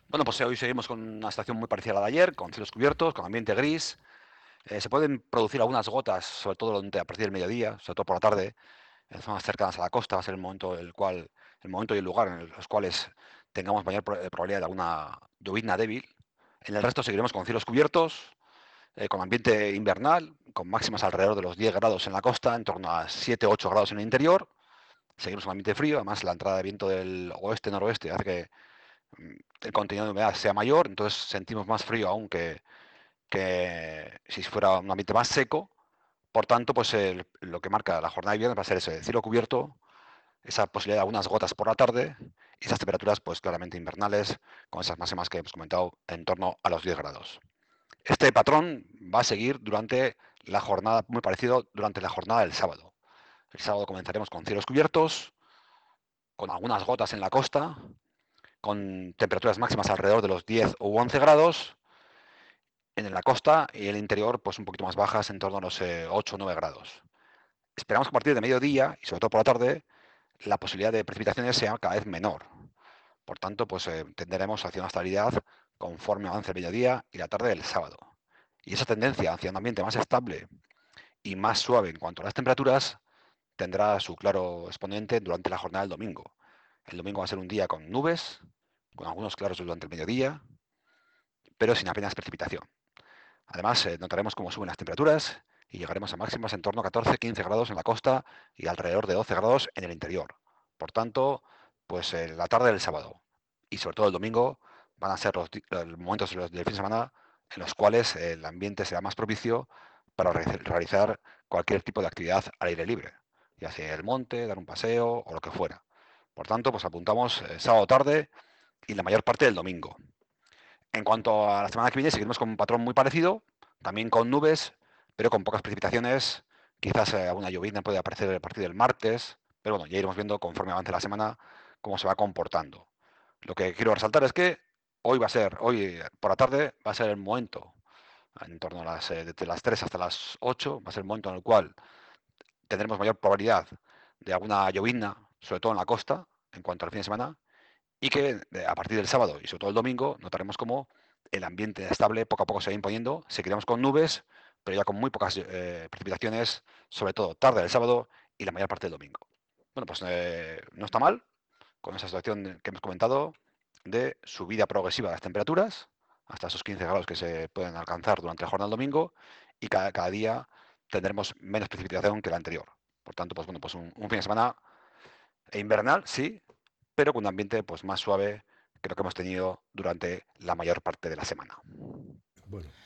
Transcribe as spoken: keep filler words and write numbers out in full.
Bueno, pues hoy seguimos con una situación muy parecida a la de ayer, con cielos cubiertos, con ambiente gris. Eh, se pueden producir algunas gotas, sobre todo durante- a partir del mediodía, sobre todo por la tarde, en zonas cercanas a la costa. Va a ser el momento, el cual, el momento y el lugar en los cuales tengamos mayor pro- eh, probabilidad de alguna llovizna débil. En el resto seguiremos con cielos cubiertos, eh, con ambiente invernal, con máximas alrededor de los diez grados en la costa, en torno a siete o ocho grados en el interior. Seguimos con ambiente frío, además la entrada de viento del oeste-noroeste hace que mm, el contenido de humedad sea mayor, entonces sentimos más frío aún que, que si fuera un ambiente más seco. Por tanto, pues el- lo que marca la jornada de viernes va a ser ese cielo cubierto, esa posibilidad de algunas gotas por la tarde y esas temperaturas pues claramente invernales, con esas máximas que hemos comentado en torno a los diez grados. Este patrón va a seguir durante la jornada, muy parecido durante la jornada del sábado. El sábado comenzaremos con cielos cubiertos, con algunas gotas en la costa, con temperaturas máximas alrededor de los diez u once grados en la costa y el interior pues un poquito más bajas, en torno a los eh, ocho o nueve grados. Esperamos que a partir de mediodía y sobre todo por la tarde la posibilidad de precipitaciones sea cada vez menor. Por tanto, pues eh, tenderemos hacia una estabilidad conforme avance el mediodía y la tarde del sábado. Y esa tendencia hacia un ambiente más estable y más suave en cuanto a las temperaturas tendrá su claro exponente durante la jornada del domingo. El domingo va a ser un día con nubes, con algunos claros durante el mediodía, pero sin apenas precipitación. Además, eh, notaremos cómo suben las temperaturas y llegaremos a máximas en torno a catorce a quince grados en la costa y alrededor de doce grados en el interior. Por tanto, pues eh, la tarde del sábado y sobre todo el domingo van a ser los, los momentos del fin de semana en los cuales el ambiente será más propicio para re realizar cualquier tipo de actividad al aire libre, ya sea el monte, dar un paseo o lo que fuera. Por tanto, pues apuntamos eh, sábado tarde y la mayor parte del domingo. En cuanto a la semana que viene, seguiremos con un patrón muy parecido, también con nubes, pero con pocas precipitaciones. Quizás eh, alguna llovizna puede aparecer a partir del martes, pero bueno, ya iremos viendo conforme avance la semana cómo se va comportando. Lo que quiero resaltar es que hoy va a ser, hoy eh, por la tarde va a ser el momento, en torno a las, eh, desde las tres hasta las ocho, va a ser el momento en el cual tendremos mayor probabilidad de alguna llovizna, sobre todo en la costa, en cuanto al fin de semana, y que eh, a partir del sábado y sobre todo el domingo notaremos cómo el ambiente estable poco a poco se va imponiendo. Seguiremos con nubes, pero ya con muy pocas eh, precipitaciones, sobre todo tarde del sábado y la mayor parte del domingo. Bueno, pues eh, no está mal con esa situación que hemos comentado de subida progresiva de las temperaturas hasta esos quince grados que se pueden alcanzar durante la jornada del domingo y cada, cada día tendremos menos precipitación que la anterior. Por tanto, pues bueno, pues un, un fin de semana invernal, sí, pero con un ambiente pues, más suave que lo que hemos tenido durante la mayor parte de la semana. Bueno,